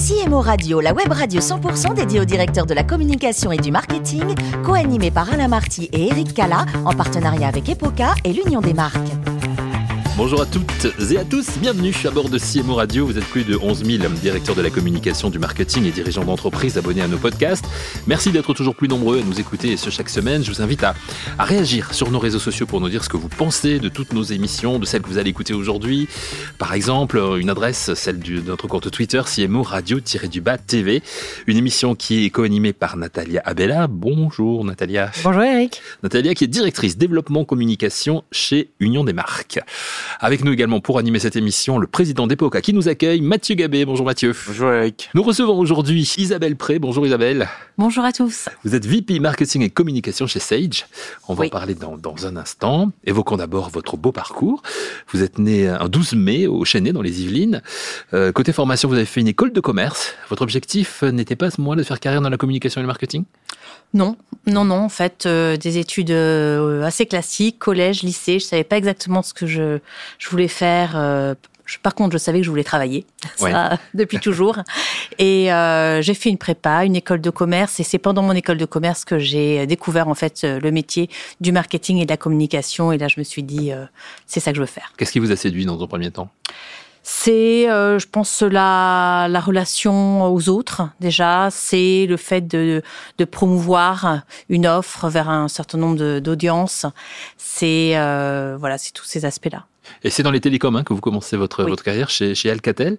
CMO Radio, la web radio 100% dédiée aux directeurs de la communication et du marketing, co-animée par Alain Marty et Eric Cala, en partenariat avec Epoca et l'Union des marques. Bonjour à toutes et à tous, bienvenue à bord de CMO Radio. Vous êtes plus de 11 000 directeurs de la communication, du marketing et dirigeants d'entreprise abonnés à nos podcasts. Merci d'être toujours plus nombreux à nous écouter et ce chaque semaine. Je vous invite à réagir sur nos réseaux sociaux pour nous dire ce que vous pensez de toutes nos émissions, de celles que vous allez écouter aujourd'hui. Par exemple, une adresse, celle de notre compte Twitter, CMO Radio-TV. Une émission qui est co-animée par Natalia Abella. Bonjour Natalia. Bonjour Eric. Natalia qui est directrice développement communication chez Union des marques. Avec nous également pour animer cette émission, le président d'Epoca qui nous accueille, Mathieu Gabé. Bonjour Mathieu. Bonjour Eric. Nous recevons aujourd'hui Isabelle Pré. Bonjour Isabelle. Bonjour à tous. Vous êtes VP Marketing et Communication chez Sage. On va en parler dans un instant. Évoquons d'abord votre beau parcours. Vous êtes né un 12 mai au Chênay dans les Yvelines. Côté formation, vous avez fait une école de commerce. Votre objectif n'était pas à ce moment-là de faire carrière dans la communication et le marketing ? Non. En fait, des études assez classiques, collège, lycée. Je savais pas exactement ce que je voulais faire. Par contre, je savais que je voulais travailler, ça, depuis toujours. Et j'ai fait une prépa, une école de commerce. Et c'est pendant mon école de commerce que j'ai découvert en fait le métier du marketing et de la communication. Et là, je me suis dit, c'est ça que je veux faire. Qu'est-ce qui vous a séduit dans un premier temps ? C'est, je pense, la relation aux autres, déjà. C'est le fait de promouvoir une offre vers un certain nombre d'audiences. C'est tous ces aspects-là. Et c'est dans les télécoms que vous commencez votre carrière chez Alcatel,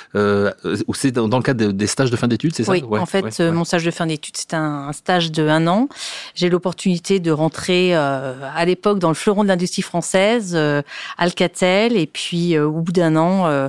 ou c'est dans le cadre des stages de fin d'études, c'est ça ? Oui, en fait, mon stage de fin d'études, c'est un stage de 1 an. J'ai l'opportunité de rentrer à l'époque dans le fleuron de l'industrie française, Alcatel, et puis au bout d'1 an,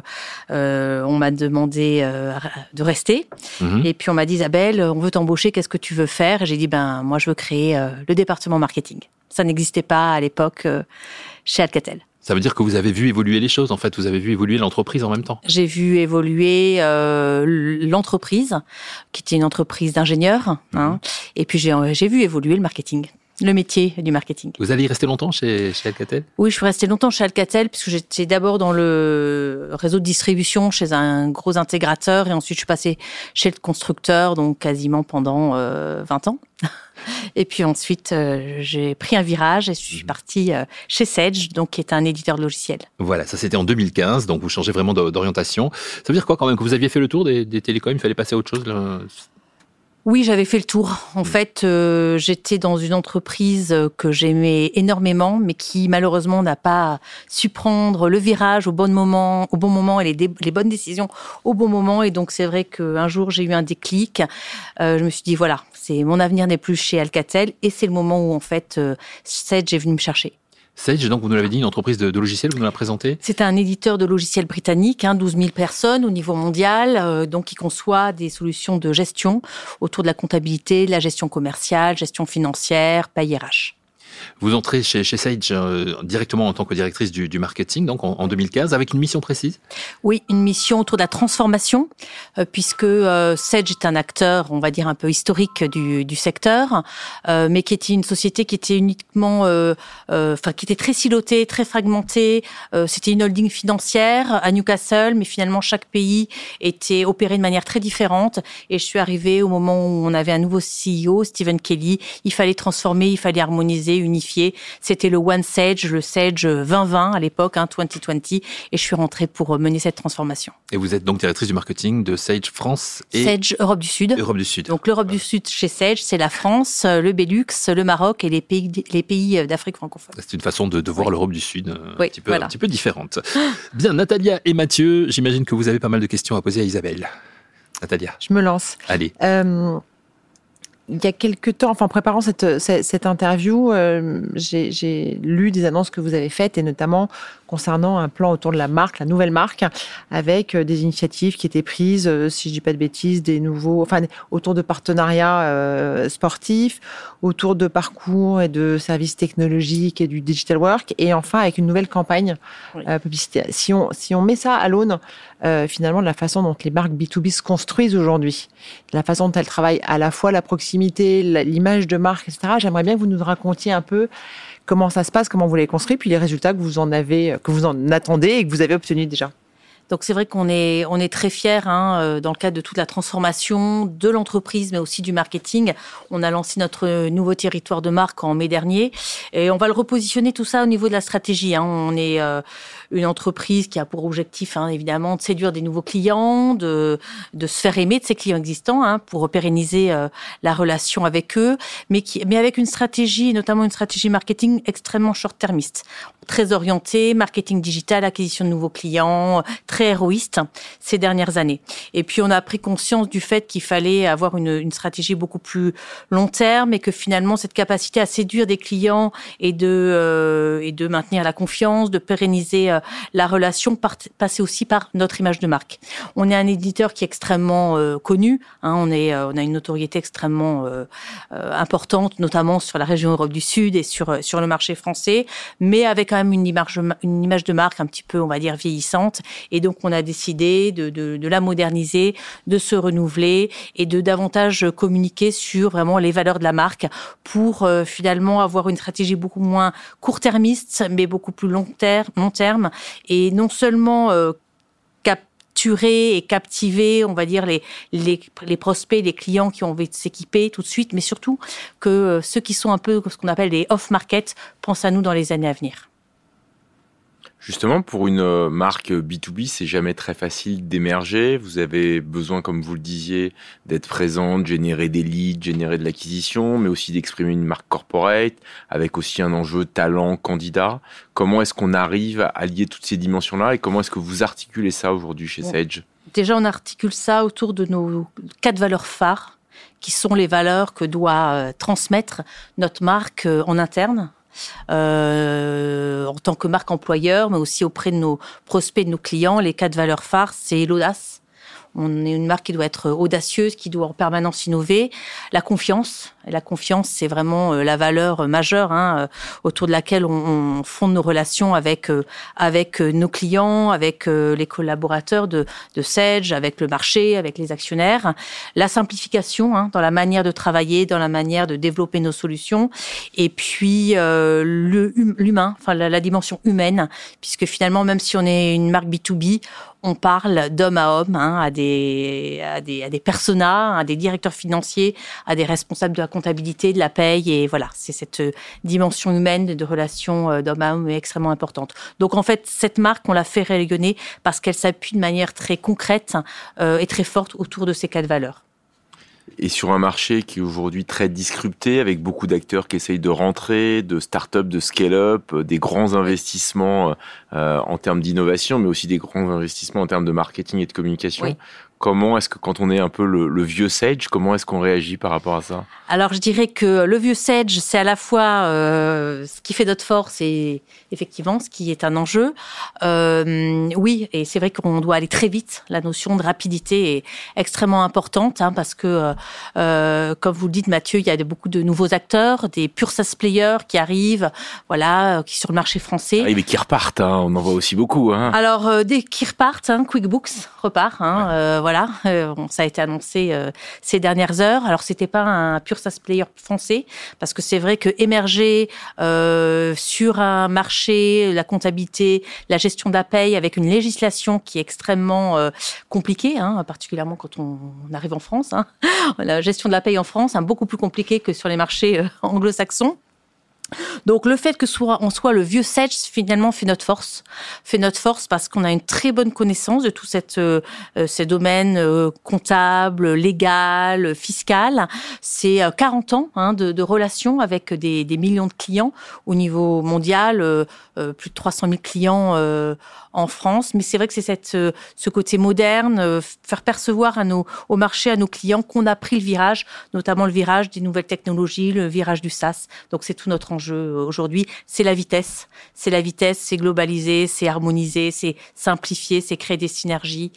on m'a demandé de rester. Et puis on m'a dit, Isabelle, on veut t'embaucher, qu'est-ce que tu veux faire ? Et j'ai dit, moi je veux créer le département marketing. Ça n'existait pas à l'époque chez Alcatel. Ça veut dire que vous avez vu évoluer les choses, en fait. Vous avez vu évoluer l'entreprise en même temps. J'ai vu évoluer l'entreprise, qui était une entreprise d'ingénieurs. Et puis, j'ai vu évoluer le marketing, le métier du marketing. Vous allez y rester longtemps chez Alcatel ? Oui, je suis restée longtemps chez Alcatel, puisque j'étais d'abord dans le réseau de distribution chez un gros intégrateur. Et ensuite, je suis passée chez le constructeur, donc quasiment pendant 20 ans. Et puis ensuite, j'ai pris un virage et je suis partie chez Sage, donc qui est un éditeur de logiciels. Voilà, ça c'était en 2015, donc vous changez vraiment d'orientation. Ça veut dire quoi quand même, que vous aviez fait le tour des télécoms, il fallait passer à autre chose là ? Oui, j'avais fait le tour. En fait, j'étais dans une entreprise que j'aimais énormément, mais qui malheureusement n'a pas su prendre le virage au bon moment et les bonnes décisions au bon moment. Et donc, c'est vrai qu'un jour, j'ai eu un déclic. Je me suis dit, voilà, mon avenir n'est plus chez Alcatel. Et c'est le moment où, en fait, Sage est venu me chercher. Sage, donc vous nous l'avez dit, une entreprise de logiciels, vous nous l'avez présenté ? C'est un éditeur de logiciels britannique, 12 000 personnes au niveau mondial, donc qui conçoit des solutions de gestion autour de la comptabilité, de la gestion commerciale, gestion financière, paye RH. Vous entrez chez Sage directement en tant que directrice du marketing, donc en 2015, avec une mission précise ? Oui, une mission autour de la transformation, puisque Sage est un acteur, on va dire, un peu historique du secteur, mais qui était une société qui était uniquement, qui était très silotée, très fragmentée. C'était une holding financière à Newcastle, mais finalement chaque pays était opéré de manière très différente. Et je suis arrivée au moment où on avait un nouveau CEO, Stephen Kelly. Il fallait transformer, il fallait harmoniser, unifié. C'était le One Sage, le Sage 2020 à l'époque, 2020, et je suis rentrée pour mener cette transformation. Et vous êtes donc directrice du marketing de Sage France et Sage Europe du Sud. Europe du Sud. Donc l'Europe du Sud chez Sage, c'est la France, le Benelux, le Maroc et les pays d'Afrique francophone. C'est une façon de voir l'Europe du Sud un petit peu différente. Bien, Natalia et Mathieu, j'imagine que vous avez pas mal de questions à poser à Isabelle. Natalia. Je me lance. Allez. Il y a quelques temps, en préparant cette interview, j'ai lu des annonces que vous avez faites, et notamment concernant un plan autour de la marque, la nouvelle marque, avec des initiatives qui étaient prises, si je dis pas de bêtises, autour de partenariats sportifs, autour de parcours et de services technologiques et du digital work, et enfin avec une nouvelle campagne publicitaire. Si on met ça à l'aune, finalement, de la façon dont les marques B2B se construisent aujourd'hui, de la façon dont elles travaillent à la fois la proximité, l'image de marque, etc., j'aimerais bien que vous nous racontiez un peu comment ça se passe, comment vous l'avez construit, puis les résultats que vous en attendez et que vous avez obtenus déjà. Donc c'est vrai qu'on est très fiers dans le cadre de toute la transformation de l'entreprise, mais aussi du marketing. On a lancé notre nouveau territoire de marque en mai dernier et on va le repositionner tout ça au niveau de la stratégie. On est une entreprise qui a pour objectif évidemment de séduire des nouveaux clients, de se faire aimer de ses clients existants pour pérenniser la relation avec eux, mais avec une stratégie, notamment une stratégie marketing extrêmement short-termiste, très orientée, marketing digital, acquisition de nouveaux clients, très héroïste ces dernières années. Et puis on a pris conscience du fait qu'il fallait avoir une stratégie beaucoup plus long terme et que finalement cette capacité à séduire des clients et de maintenir la confiance, de pérenniser la relation passait aussi par notre image de marque. On est un éditeur qui est extrêmement connu, on a une notoriété extrêmement importante, notamment sur la région Europe du Sud et sur le marché français, mais avec quand même une image de marque un petit peu, on va dire, vieillissante. Et donc, on a décidé de la moderniser, de se renouveler et de davantage communiquer sur vraiment les valeurs de la marque pour finalement avoir une stratégie beaucoup moins court-termiste, mais beaucoup plus long terme. Et non seulement capturer et captiver, on va dire, les prospects, les clients qui ont envie de s'équiper tout de suite, mais surtout que ceux qui sont un peu ce qu'on appelle les off-market pensent à nous dans les années à venir. Justement, pour une marque B2B, c'est jamais très facile d'émerger. Vous avez besoin, comme vous le disiez, d'être présente, générer des leads, générer de l'acquisition, mais aussi d'exprimer une marque corporate, avec aussi un enjeu talent, candidat. Comment est-ce qu'on arrive à lier toutes ces dimensions-là et comment est-ce que vous articulez ça aujourd'hui chez Sage ? Déjà, on articule ça autour de nos 4 valeurs phares, qui sont les valeurs que doit transmettre notre marque en interne. En tant que marque employeur, mais aussi auprès de nos prospects, de nos clients. Les 4 valeurs phares, c'est l'audace. On est une marque qui doit être audacieuse, qui doit en permanence innover. La confiance. Et la confiance, c'est vraiment la valeur majeure autour de laquelle on fonde nos relations avec nos clients, avec les collaborateurs de Sage, avec le marché, avec les actionnaires. La simplification dans la manière de travailler, dans la manière de développer nos solutions. Et puis l'humain, la dimension humaine, puisque finalement, même si on est une marque B2B, on parle d'homme à homme, à des personas, à des directeurs financiers, à des responsables de la comptabilité, de la paye. Et voilà, c'est cette dimension humaine de relation d'homme à homme est extrêmement importante. Donc en fait, cette marque, on l'a fait rayonner parce qu'elle s'appuie de manière très concrète et très forte autour de ces 4 valeurs. Et sur un marché qui est aujourd'hui très disrupté, avec beaucoup d'acteurs qui essayent de rentrer, de start-up, de scale-up, des grands investissements en termes d'innovation, mais aussi des grands investissements en termes de marketing et de communication. Oui. Comment est-ce que, quand on est un peu le vieux Sage, comment est-ce qu'on réagit par rapport à ça ? Alors, je dirais que le vieux Sage, c'est à la fois ce qui fait notre force et effectivement ce qui est un enjeu. Oui, et c'est vrai qu'on doit aller très vite. La notion de rapidité est extrêmement importante parce que, comme vous le dites, Mathieu, il y a beaucoup de nouveaux acteurs, des pure SaaS players qui arrivent, qui sur le marché français. Ah, mais qui repartent, on en voit aussi beaucoup. Alors, dès qu'ils repartent, QuickBooks repart. Ça a été annoncé ces dernières heures. Alors, c'était pas un pure SaaS player français, parce que c'est vrai que émerger sur un marché, la comptabilité, la gestion de la paye, avec une législation qui est extrêmement compliquée, particulièrement quand on arrive en France. La gestion de la paye en France, beaucoup plus compliquée que sur les marchés anglo-saxons. Donc le fait que on soit le vieux Sage finalement fait notre force parce qu'on a une très bonne connaissance de tout ces domaines comptables, légal, fiscal. C'est 40 ans de relations avec des millions de clients au niveau mondial, plus de 300 000 clients en France. Mais c'est vrai que c'est ce côté moderne, faire percevoir au marché, à nos clients qu'on a pris le virage, notamment le virage des nouvelles technologies, le virage du SaaS. Donc c'est tout notre enjeu aujourd'hui, c'est la vitesse, c'est globaliser, c'est harmoniser, c'est simplifier, c'est créer des synergies,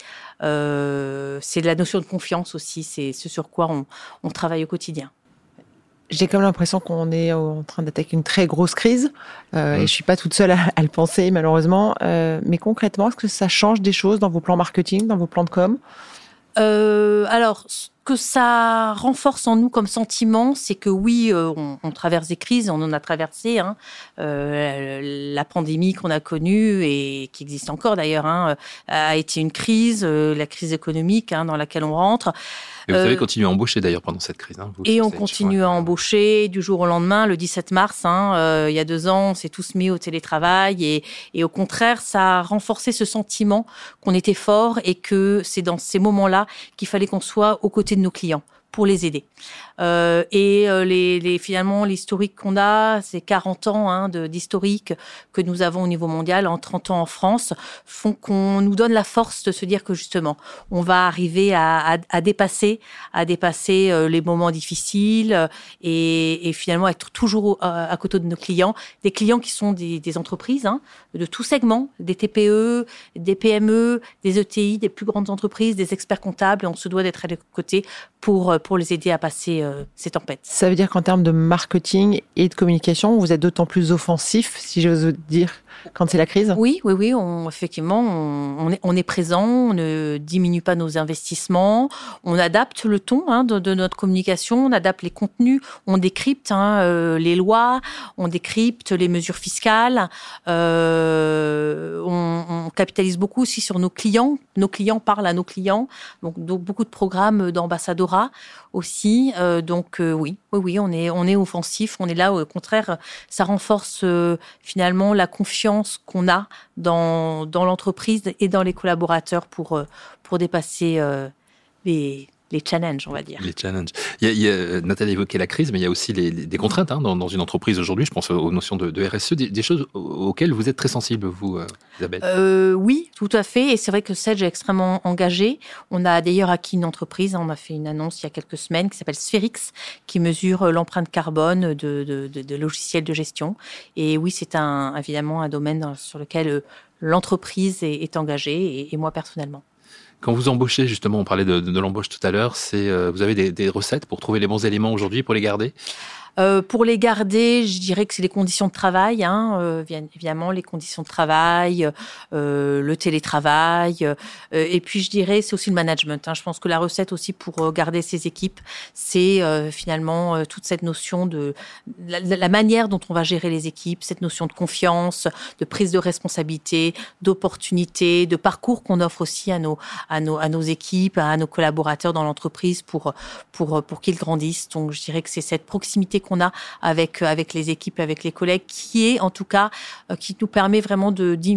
c'est la notion de confiance aussi, c'est ce sur quoi on travaille au quotidien. J'ai comme l'impression qu'on est en train d'attaquer une très grosse crise et je suis pas toute seule à le penser malheureusement, mais concrètement, est-ce que ça change des choses dans vos plans marketing, dans vos plans de com ? Alors, que ça renforce en nous comme sentiment, c'est que oui, on traverse des crises, on en a traversé. La pandémie qu'on a connue et qui existe encore d'ailleurs a été une crise, la crise économique dans laquelle on rentre. Et vous avez continué à embaucher d'ailleurs pendant cette crise. Et on continue à embaucher du jour au lendemain. Le 17 mars, il y a 2 ans, on s'est tous mis au télétravail et au contraire, ça a renforcé ce sentiment qu'on était fort et que c'est dans ces moments-là qu'il fallait qu'on soit aux côtés de nos clients pour les aider. Finalement, l'historique qu'on a, c'est 40 ans d'historique que nous avons au niveau mondial, en 30 ans en France, font qu'on nous donne la force de se dire que justement, on va arriver à dépasser les moments difficiles et finalement être toujours à côté de nos clients, des clients qui sont des entreprises de tout segment, des TPE, des PME, des ETI, des plus grandes entreprises, des experts comptables, et on se doit d'être à leur côté pour les aider à passer ces tempêtes. Ça veut dire qu'en termes de marketing et de communication, vous êtes d'autant plus offensif, si j'ose dire, quand c'est la crise ? Oui, effectivement, on est présent, on ne diminue pas nos investissements, on adapte le ton de notre communication, on adapte les contenus, on décrypte les lois, on décrypte les mesures fiscales, on capitalise beaucoup aussi sur nos clients parlent à nos clients, donc beaucoup de programmes d'ambassadeurat aussi, oui, on est offensif, on est là, au contraire, ça renforce finalement la confiance qu'on a dans l'entreprise et dans les collaborateurs pour dépasser les challenges, on va dire. Les challenges. Nathalie a évoqué la crise, mais il y a aussi des contraintes dans une entreprise aujourd'hui. Je pense aux notions de RSE, des choses auxquelles vous êtes très sensible, vous, Isabelle. Oui, tout à fait. Et c'est vrai que Sedge est extrêmement engagé. On a d'ailleurs acquis une entreprise. On a fait une annonce il y a quelques semaines qui s'appelle Spherix, qui mesure l'empreinte carbone de logiciels de gestion. Et oui, c'est évidemment un domaine sur lequel l'entreprise est engagée, et moi personnellement. Quand vous embauchez, justement, on parlait de l'embauche tout à l'heure, vous avez des recettes pour trouver les bons éléments aujourd'hui, pour les garder ? Pour les garder, je dirais que c'est les conditions de travail, évidemment les conditions de travail, le télétravail, et puis je dirais c'est aussi le management. Je pense que la recette aussi pour garder ces équipes, c'est finalement toute cette notion de la manière dont on va gérer les équipes, cette notion de confiance, de prise de responsabilité, d'opportunité, de parcours qu'on offre aussi à nos équipes, à nos collaborateurs dans l'entreprise pour qu'ils grandissent. Donc je dirais que c'est cette proximité qu'on a avec les équipes, avec les collègues, qui est en tout cas, qui nous permet vraiment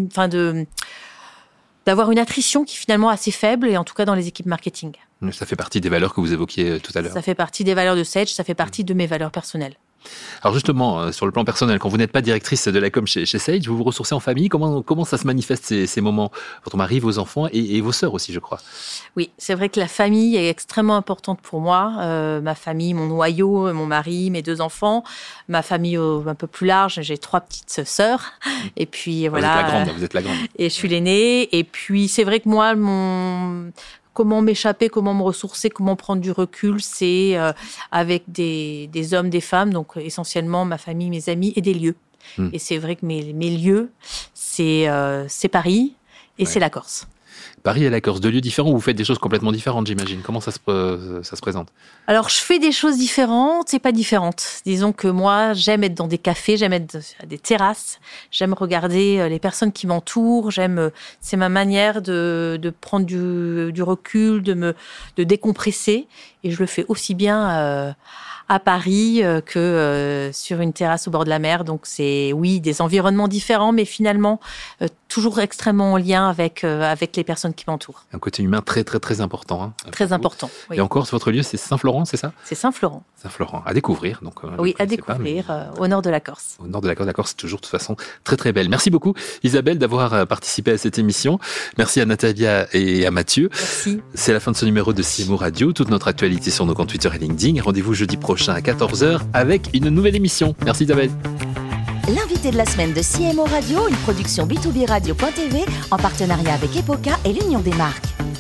d'avoir une attrition qui est finalement assez faible, et en tout cas dans les équipes marketing. Ça fait partie des valeurs que vous évoquiez tout à l'heure. Ça fait partie des valeurs de Sedge, ça fait partie de mes valeurs personnelles. Alors justement, sur le plan personnel, quand vous n'êtes pas directrice de la com chez Sedge, vous vous ressourcez en famille. Comment ça se manifeste ces moments ? Votre mari, vos enfants et vos sœurs aussi, je crois. Oui, c'est vrai que la famille est extrêmement importante pour moi. Ma famille, mon noyau, mon mari, mes 2 enfants. Ma famille un peu plus large, j'ai 3 petites sœurs. Et puis voilà. Vous êtes la grande. Et je suis l'aînée. Et puis c'est vrai que moi, comment m'échapper, comment me ressourcer, comment prendre du recul, c'est avec des hommes, des femmes, donc essentiellement ma famille, mes amis et des lieux. Et c'est vrai que mes lieux, c'est Paris et c'est la Corse. Paris et la Corse, 2 lieux différents où vous faites des choses complètement différentes, j'imagine. Comment ça se présente ? Alors, je fais des choses différentes et pas différentes. Disons que moi, j'aime être dans des cafés, j'aime être à des terrasses, j'aime regarder les personnes qui m'entourent, c'est ma manière de prendre du recul, de décompresser. Et je le fais aussi bien à Paris que sur une terrasse au bord de la mer. Donc, c'est, oui, des environnements différents, mais finalement, toujours extrêmement en lien avec les personnes qui m'entourent. Un côté humain très, très, très important. Très important, oui. Et en Corse, votre lieu, c'est Saint-Florent, c'est ça ? C'est Saint-Florent. Saint-Florent, à découvrir. Donc, oui, à découvrir, au nord de la Corse. Au nord de la Corse. La Corse, c'est toujours, de toute façon, très, très belle. Merci beaucoup, Isabelle, d'avoir participé à cette émission. Merci à Natalia et à Mathieu. Merci. C'est la fin de ce numéro de CMO Radio. Toute notre actualité sur nos comptes Twitter et LinkedIn. Rendez-vous jeudi prochain à 14h avec une nouvelle émission. Merci, Isabelle. L'invité de la semaine de CMO Radio, une production B2B Radio.tv en partenariat avec Epoca et l'Union des marques.